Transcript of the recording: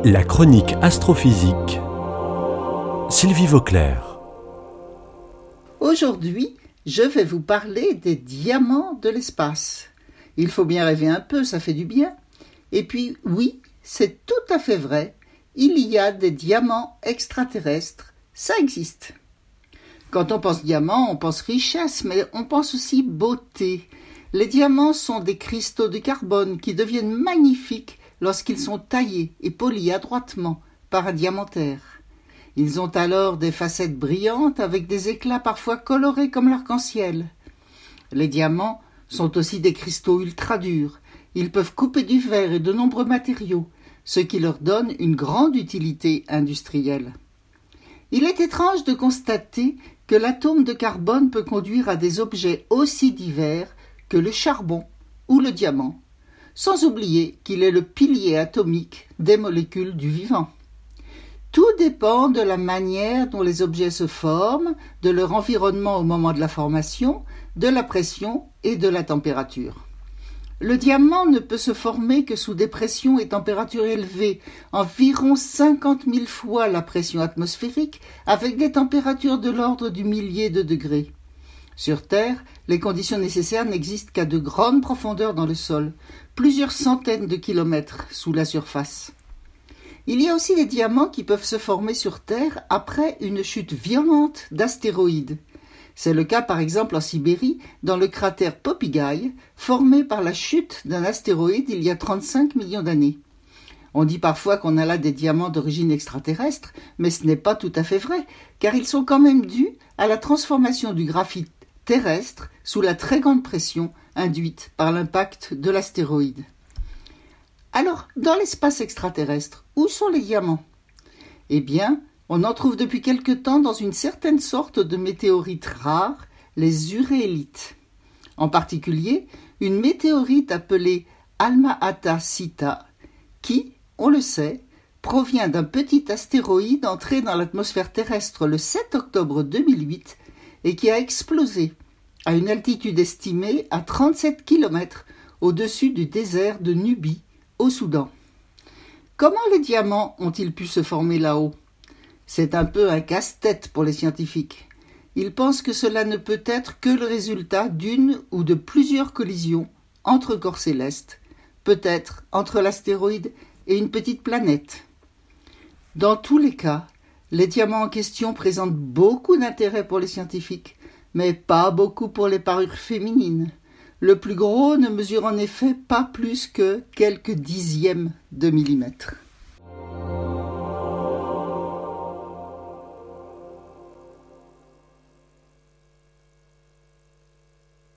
La chronique astrophysique. Sylvie Vauclair. Aujourd'hui, je vais vous parler des diamants de l'espace. Il faut bien rêver un peu, ça fait du bien. Et puis, oui, c'est tout à fait vrai, il y a des diamants extraterrestres, ça existe. Quand on pense diamant, on pense richesse, mais on pense aussi beauté. Les diamants sont des cristaux de carbone qui deviennent magnifiques lorsqu'ils sont taillés et polis adroitement par un diamantaire. Ils ont alors des facettes brillantes avec des éclats parfois colorés comme l'arc-en-ciel. Les diamants sont aussi des cristaux ultra durs. Ils peuvent couper du verre et de nombreux matériaux, ce qui leur donne une grande utilité industrielle. Il est étrange de constater que l'atome de carbone peut conduire à des objets aussi divers que le charbon ou le diamant, sans oublier qu'il est le pilier atomique des molécules du vivant. Tout dépend de la manière dont les objets se forment, de leur environnement au moment de la formation, de la pression et de la température. Le diamant ne peut se former que sous des pressions et températures élevées, environ 50 000 fois la pression atmosphérique, avec des températures de l'ordre du millier de degrés. Sur Terre, les conditions nécessaires n'existent qu'à de grandes profondeurs dans le sol, plusieurs centaines de kilomètres sous la surface. Il y a aussi des diamants qui peuvent se former sur Terre après une chute violente d'astéroïdes. C'est le cas par exemple en Sibérie, dans le cratère Popigaï, formé par la chute d'un astéroïde il y a 35 millions d'années. On dit parfois qu'on a là des diamants d'origine extraterrestre, mais ce n'est pas tout à fait vrai, car ils sont quand même dus à la transformation du graphite terrestre sous la très grande pression induite par l'impact de l'astéroïde. Alors, dans l'espace extraterrestre, où sont les diamants ? Eh bien, on en trouve depuis quelque temps dans une certaine sorte de météorite rare, les uréélites. En particulier, une météorite appelée Alma-Ata Theta, qui, on le sait, provient d'un petit astéroïde entré dans l'atmosphère terrestre le 7 octobre 2008 et qui a explosé à une altitude estimée à 37 km au-dessus du désert de Nubie, au Soudan. Comment les diamants ont-ils pu se former là-haut ? C'est un peu un casse-tête pour les scientifiques. Ils pensent que cela ne peut être que le résultat d'une ou de plusieurs collisions entre corps célestes, peut-être entre l'astéroïde et une petite planète. Dans tous les cas, les diamants en question présentent beaucoup d'intérêt pour les scientifiques, mais pas beaucoup pour les parures féminines. Le plus gros ne mesure en effet pas plus que quelques dixièmes de millimètre.